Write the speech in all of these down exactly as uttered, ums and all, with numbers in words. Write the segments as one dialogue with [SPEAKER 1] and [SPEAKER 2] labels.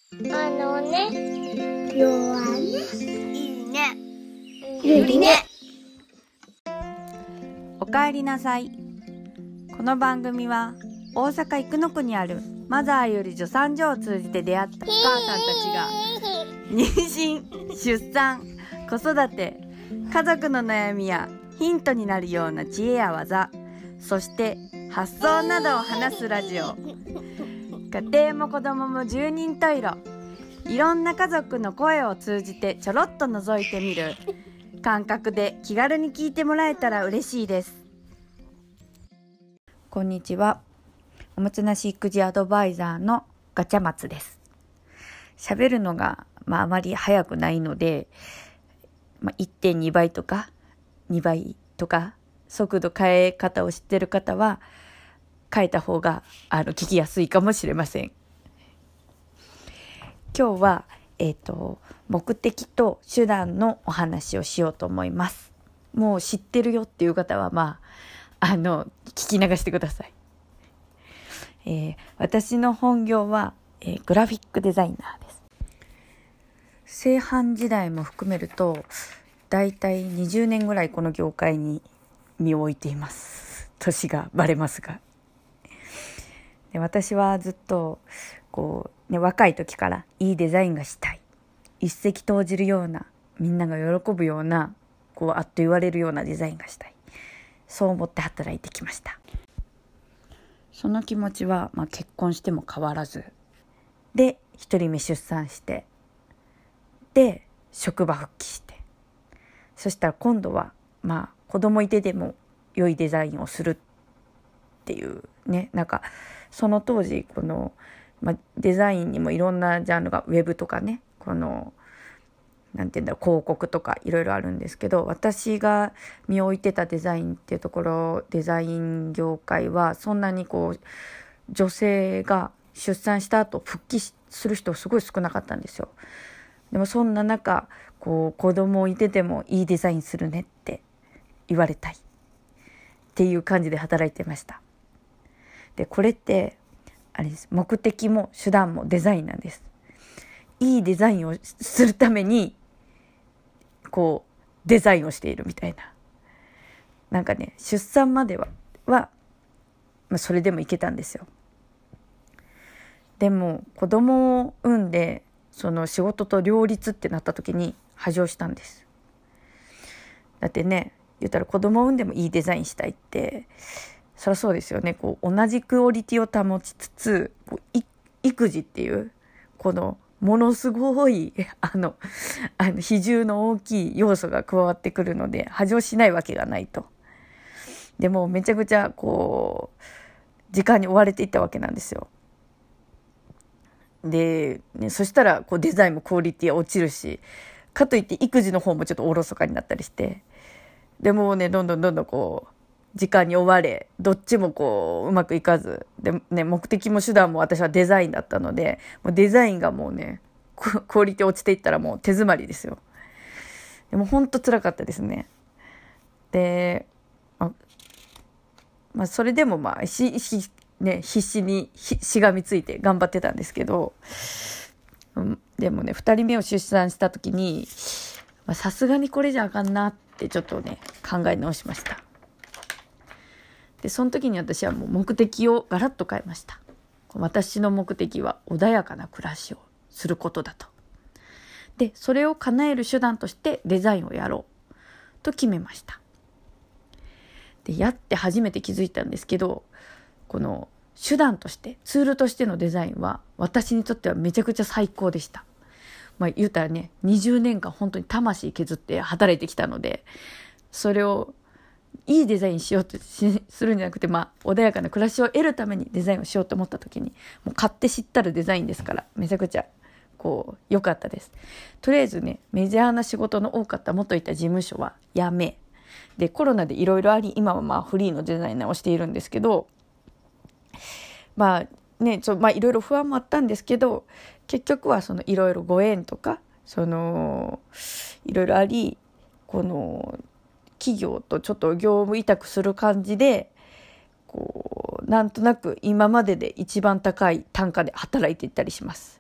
[SPEAKER 1] あのね、弱ね、いいね、
[SPEAKER 2] ゆりね。
[SPEAKER 3] おかえりなさい。この番組は大阪生野区にあるマザーより助産所を通じて出会ったお母さんたちが妊娠、出産、子育て、家族の悩みやヒントになるような知恵や技、そして発想などを話すラジオ。家庭も子供も十人十色、いろんな家族の声を通じてちょろっと覗いてみる感覚で気軽に聞いてもらえたら嬉しいです。こんにちは。おもつなし育児アドバイザーのガチャマツです。喋るのが、まあ、あまり早くないので、まあ、いってんにばいとかにばいとか速度変え方を知ってる方は変えた方があの聞きやすいかもしれません。今日は、えーと、目的と手段のお話をしようと思います。もう知ってるよっていう方は、まあ、あの聞き流してください。えー、私の本業は、えー、グラフィックデザイナーです。製版時代も含めるとだいたいにじゅうねんぐらいこの業界に身を置いています。年がバレますが、で私はずっとこう、ね、若い時からいいデザインがしたい、一石投じるような、みんなが喜ぶような、こうあっと言われるようなデザインがしたい、そう思って働いてきました。その気持ちは、まあ、結婚しても変わらずで、一人目出産して、で職場復帰して、そしたら今度はまあ子供いてでも良いデザインをするっていうね、なんかその当時この、まあ、デザインにもいろんなジャンルが、ウェブとかね、このなんていうんだろう、広告とかいろいろあるんですけど、私が身を置いてたデザインっていうところ、デザイン業界はそんなにこう女性が出産した後復帰する人すごい少なかったんですよ。でもそんな中、こう子供いててもいいデザインするねって言われたいっていう感じで働いてました。でこれってあれです、目的も手段もデザインなんです。いいデザインをするためにこうデザインをしているみたいな。なんかね、出産まではは、まあ、それでもいけたんですよ。でも子供を産んで、その仕事と両立ってなった時に波状したんです。だってね、言ったら子供を産んでもいいデザインしたいって、そりゃそうですよね。こう同じクオリティを保ちつつ、こう育児っていうこのものすごいあのあの比重の大きい要素が加わってくるので、波状しないわけがないと。でもめちゃくちゃこう時間に追われていったわけなんですよ。で、ね、そしたらこうデザインもクオリティは落ちるし、かといって育児の方もちょっとおろそかになったりして、でもね、どんどんどんどんこう時間に追われ、どっちもこううまくいかずで、ね、目的も手段も私はデザインだったので、もうデザインがもうねクオリティ落ちていったらもう手詰まりですよ。でも本当辛かったですね。で、ままあ、それでもまあひひね、必死にひしがみついて頑張ってたんですけど、うん、でもねふたりめを出産した時にさすがにこれじゃあかんなってちょっとね考え直しました。でその時に私はもう目的をガラッと変えました。私の目的は穏やかな暮らしをすることだと。でそれを叶える手段としてデザインをやろうと決めました。でやって初めて気づいたんですけど、この手段としてツールとしてのデザインは私にとってはめちゃくちゃ最高でした。まあ言うたらね、にじゅうねんかん本当に魂削って働いてきたので、それをいいデザインしようとするんじゃなくて、まあ穏やかな暮らしを得るためにデザインをしようと思った時に、もう買って知ったるデザインですから、めちゃくちゃこう良かったです。とりあえずね、メジャーな仕事の多かった元いた事務所は辞め、でコロナでいろいろあり、今はまあフリーのデザイナーをしているんですけど、まあね、ちょまあいろいろ不安もあったんですけど、結局はそのいろいろご縁とか、そのいろいろあり、この企業とちょっと業務委託する感じで、こうなんとなく今までで一番高い単価で働いていったりします。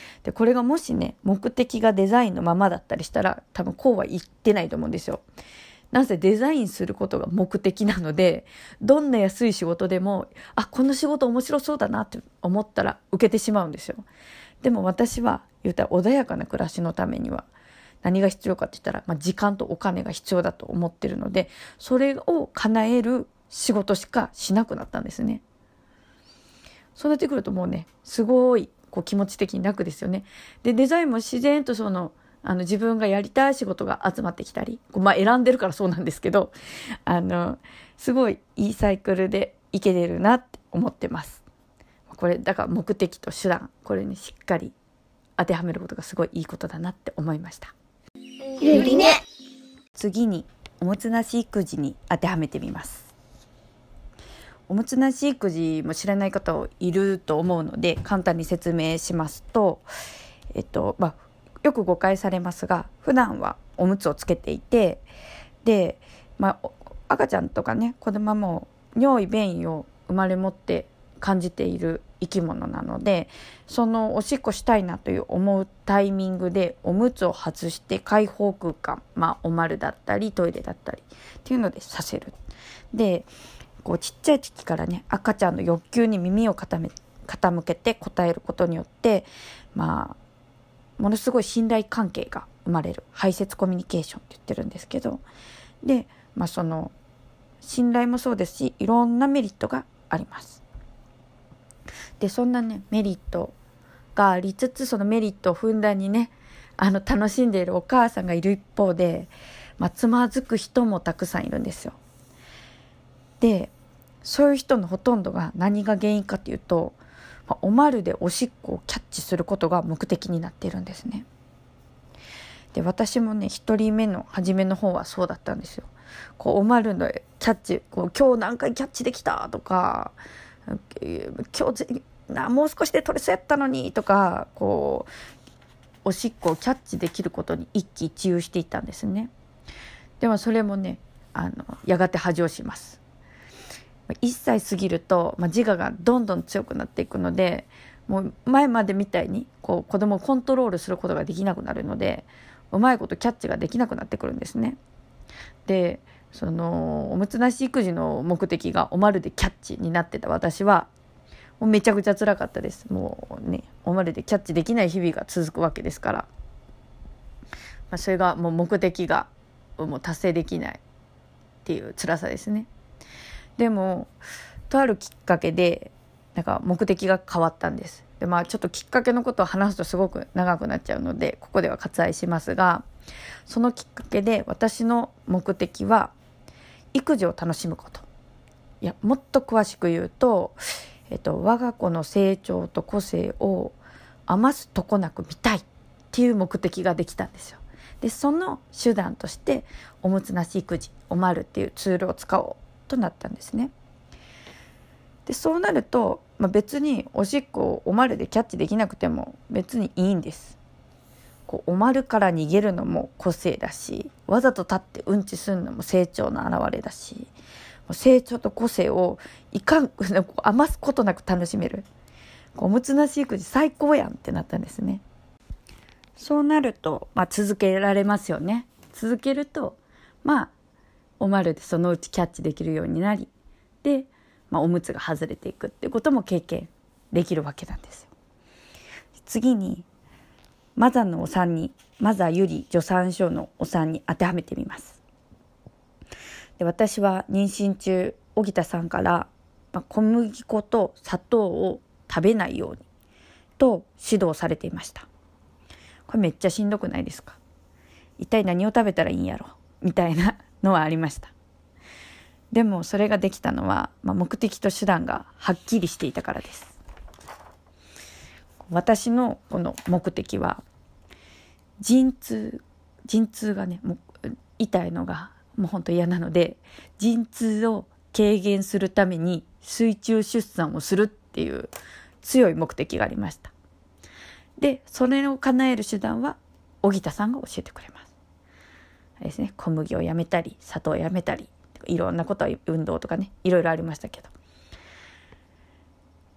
[SPEAKER 3] でこれがもしね目的がデザインのままだったりしたら多分こうは言ってないと思うんですよ。なぜデザインすることが目的なので、どんな安い仕事でもあこの仕事面白そうだなって思ったら受けてしまうんですよ。でも私は言ったら穏やかな暮らしのためには何が必要かって言ったら、まあ、時間とお金が必要だと思ってるので、それを叶える仕事しかしなくなったんですね。そうなってくるともうねすごいこう気持ち的に楽ですよね。でデザインも自然とそのあの自分がやりたい仕事が集まってきたり、まあ、選んでるからそうなんですけど、あのすごいいいサイクルでいけてるなって思ってます。これだから目的と手段、これにしっかり当てはめることがすごいいいことだなって思いました。
[SPEAKER 1] ゆりね。
[SPEAKER 3] 次におむつなし育児に当てはめてみます。おむつなし育児も知らない方いると思うので簡単に説明しますと、えっとまあよく誤解されますが、普段はおむつをつけていて、で、まあ、赤ちゃんとかね子供も尿意便意を生まれ持って感じている生き物なので、そのおしっこしたいなという思うタイミングでおむつを外して開放空間、まあ、おまるだったりトイレだったりっていうのでさせる。でこうちっちゃい時からね赤ちゃんの欲求に耳を傾め傾けて答えることによって、まあものすごい信頼関係が生まれる排泄コミュニケーションって言ってるんですけど、で、まあ、その信頼もそうですしいろんなメリットがあります。でそんなねメリットがありつつ、そのメリットをふんだんにねあの楽しんでいるお母さんがいる一方で、まあ、つまずく人もたくさんいるんですよ。でそういう人のほとんどが何が原因かというと、おまるでおしっこをキャッチすることが目的になっているんですね。で私もね一人目の初めの方はそうだったんですよ。こうおまるのキャッチ、こう今日何回キャッチできたとか、今日なもう少しで取れそうやったのにとか、こうおしっこをキャッチできることに一喜一憂していたんですね。でもそれもねあのやがて恥をします。いっさい過ぎると、まあ、自我がどんどん強くなっていくので、もう前までみたいにこう子供をコントロールすることができなくなるので、うまいことキャッチができなくなってくるんですね。でそのおむつなし育児の目的がおまるでキャッチになってた私はもうめちゃくちゃ辛かったです。もうねおまるでキャッチできない日々が続くわけですから、まあ、それがもう目的がもう達成できないっていう辛さですね。でもとあるきっかけでなんか目的が変わったんです。で、まあ、ちょっときっかけのことを話すとすごく長くなっちゃうのでここでは割愛しますが、そのきっかけで私の目的は育児を楽しむこと。いやもっと詳しく言うと、えっと、我が子の成長と個性を余すとこなく見たいっていう目的ができたんですよ。でその手段としておむつなし育児おまるっていうツールを使おうとなったんですね。でそうなると、まあ、別におしっこをおまるでキャッチできなくても別にいいんです。こうおまるから逃げるのも個性だし、わざと立ってうんちするのも成長の表れだし、成長と個性をいかん余すことなく楽しめるおむつなし育児最高やんってなったんですね。そうなると、まあ、続けられますよね。続けるとまあおまるでそのうちキャッチできるようになり、で、まあ、おむつが外れていくっていうことも経験できるわけなんですよ。次にマザのお産にマザゆり助産所のお産に当てはめてみます。で私は妊娠中荻田さんから、まあ、小麦粉と砂糖を食べないようにと指導されていました。これめっちゃしんどくないですか？一体何を食べたらいいんやろみたいなのはありました。でもそれができたのは、まあ、目的と手段がはっきりしていたからです。私のこの目的は陣痛陣痛がねもう痛いのがもう本当嫌なので、陣痛を軽減するために水中出産をするっていう強い目的がありました。でそれを叶える手段は荻田さんが教えてくれます。ですね、小麦をやめたり砂糖をやめたりいろんなことは運動とかねいろいろありましたけど、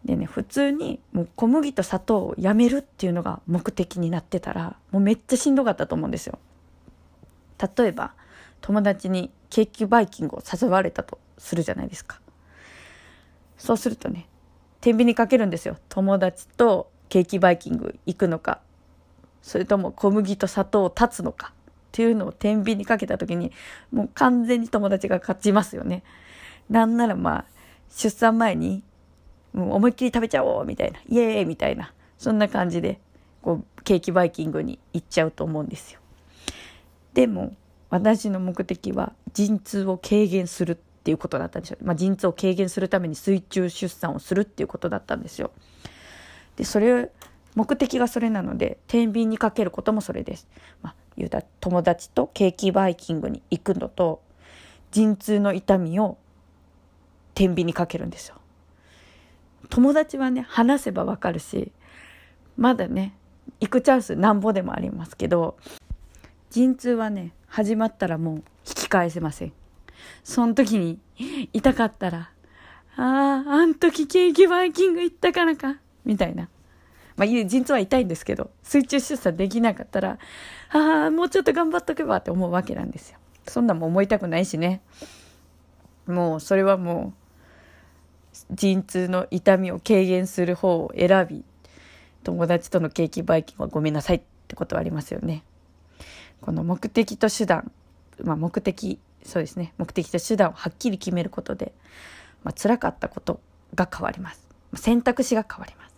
[SPEAKER 3] でね、普通にもう小麦と砂糖をやめるっていうのが目的になってたら、もうめっちゃしんどかったと思うんですよ。例えば友達にケーキバイキングを誘われたとするじゃないですか。そうするとね、天秤にかけるんですよ。友達とケーキバイキング行くのか、それとも小麦と砂糖を断つのかっていうのを天秤にかけた時に、もう完全に友達が勝ちますよね。なんならまあ出産前にもう思いっきり食べちゃおうみたいな、イエーイみたいな、そんな感じでこうケーキバイキングに行っちゃうと思うんですよ。でも私の目的は陣痛を軽減するっていうことだったんですよ。まあ、陣痛を軽減するために水中出産をするっていうことだったんですよ。でそれ目的がそれなので、天秤にかけることもそれです。まあ、言うたら友達とケーキバイキングに行くのと、陣痛の痛みを天秤にかけるんですよ。友達はね、話せばわかるし、まだね行くチャンスなんぼでもありますけど、陣痛はね始まったらもう引き返せません。その時に痛かったら、あああん時ケーキバイキング行ったからかみたいな、まあ陣痛は痛いんですけど、水中出産できなかったら、ああもうちょっと頑張っとけばって思うわけなんですよ。そんなも思いたくないしね。もうそれはもう陣痛の痛みを軽減する方を選び、友達とのケーキバイキングはごめんなさいってことはありますよね。この目的と手段、まあ、目的そうですね目的と手段をはっきり決めることで、まあ、辛かったことが変わります。選択肢が変わります。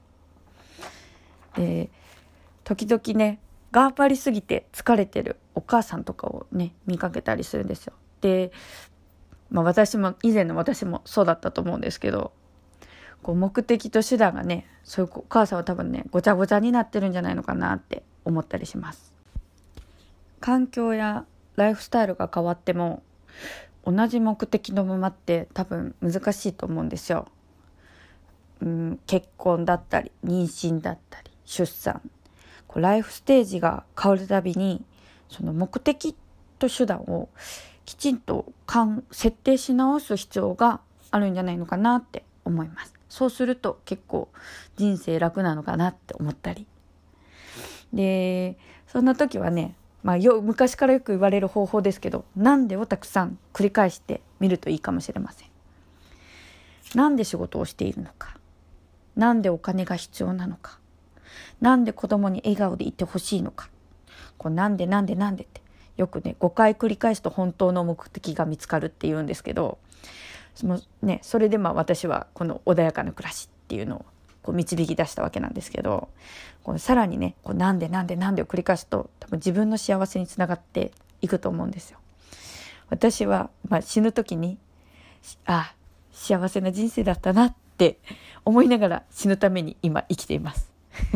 [SPEAKER 3] で時々ね、頑張りすぎて疲れてるお母さんとかをね見かけたりするんですよ。で、まあ、私も以前の私もそうだったと思うんですけど、こう目的と手段がね、そういうお母さんは多分ねごちゃごちゃになってるんじゃないのかなって思ったりします。環境やライフスタイルが変わっても同じ目的のままって多分難しいと思うんですよ。うん、結婚だったり妊娠だったり出産、こうライフステージが変わるたびにその目的と手段をきちんと設定し直す必要があるんじゃないのかなって思います。そうすると結構人生楽なのかなって思ったりで、そんな時はね、まあ、よ昔からよく言われる方法ですけど、なんでをたくさん繰り返してみるといいかもしれません。なんで仕事をしているのか、なんでお金が必要なのか、なんで子供に笑顔でいてほしいのか、こうなんでなんでなんでってよくねごかい繰り返すと本当の目的が見つかるって言うんですけど、その、ね、それでまあ私はこの穏やかな暮らしっていうのをこう導き出したわけなんですけど、こうさらにねこうなんでなんでなんでを繰り返すと多分自分の幸せにつながっていくと思うんですよ。私は、まあ、死ぬ時にあ幸せな人生だったなって思いながら死ぬために今生きています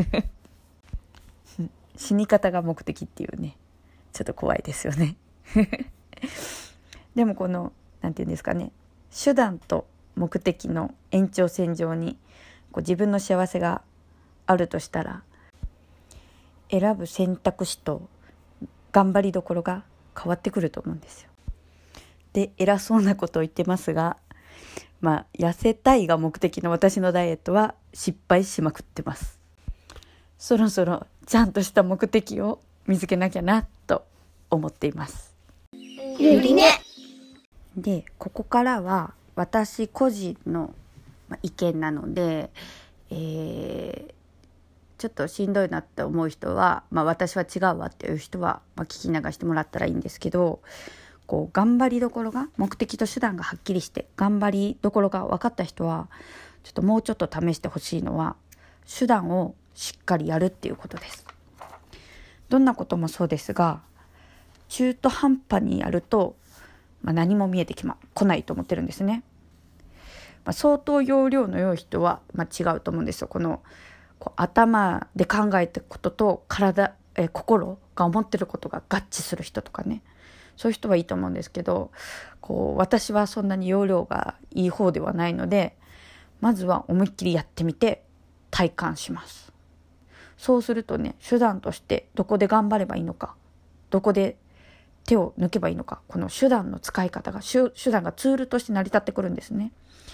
[SPEAKER 3] 死に方が目的っていうね、ちょっと怖いですよねでもこのなんていうんですかね、手段と目的の延長線上にこう自分の幸せがあるとしたら、選ぶ選択肢と頑張りどころが変わってくると思うんですよ。で、偉そうなことを言ってますが、まあ痩せたいが目的の私のダイエットは失敗しまくってます。そろそろちゃんとした目的を見つけなきゃなと思っています。
[SPEAKER 1] ゆりね。
[SPEAKER 3] で、ここからは私個人の意見なので、えー、ちょっとしんどいなって思う人は、まあ、私は違うわっていう人は、まあ、聞き流してもらったらいいんですけど、こう頑張りどころが目的と手段がはっきりして頑張りどころが分かった人はちょっともうちょっと試してほしいのは、手段をしっかりやるっていうことです。どんなこともそうですが、中途半端にやると、まあ、何も見えてきま、来ないと思ってるんですね。まあ、相当要領の良い人は、まあ、違うと思うんですよ。このこう頭で考えたことと体、え心が思ってることが合致する人とかね、そういう人はいいと思うんですけど、こう私はそんなに要領がいい方ではないので、まずは思いっきりやってみて体感します。そうするとね、手段としてどこで頑張ればいいのか、どこで手を抜けばいいのか、この手段の使い方が手段がツールとして成り立ってくるんですね。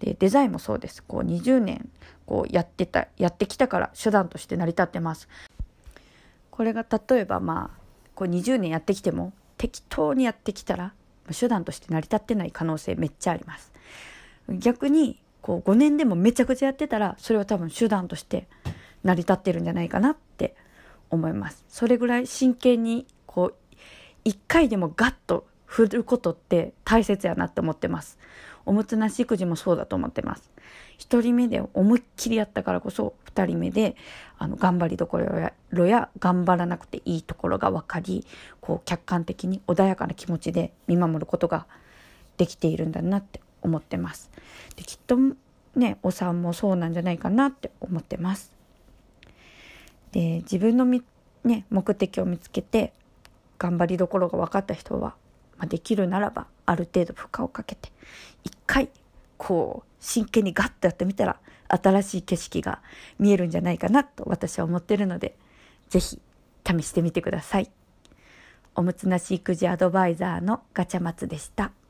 [SPEAKER 3] でデザインもそうです。こうにじゅうねんこうやってたやってきたから手段として成り立ってます。これが例えばまあこうにじゅうねんやってきても適当にやってきたら手段として成り立ってない可能性めっちゃあります。逆にこうごねんでもめちゃくちゃやってたらそれは多分手段として成り立ってるんじゃないかなって思います。それぐらい真剣にこういっかいでもガッと振ることって大切やなって思ってます。おむつなし育児もそうだと思ってます。ひとりめで思いっきりやったからこそふたりめであの頑張りどころやや頑張らなくていいところが分かり、こう客観的に穏やかな気持ちで見守ることができているんだなって思ってます。できっとねお産もそうなんじゃないかなって思ってます。で自分のみ、ね、目的を見つけて頑張りどころが分かった人は、まあ、できるならばある程度負荷をかけて一回こう真剣にガッとやってみたら新しい景色が見えるんじゃないかなと私は思っているので、ぜひ試してみてください。おむつなし育児アドバイザーのガチャマツでした。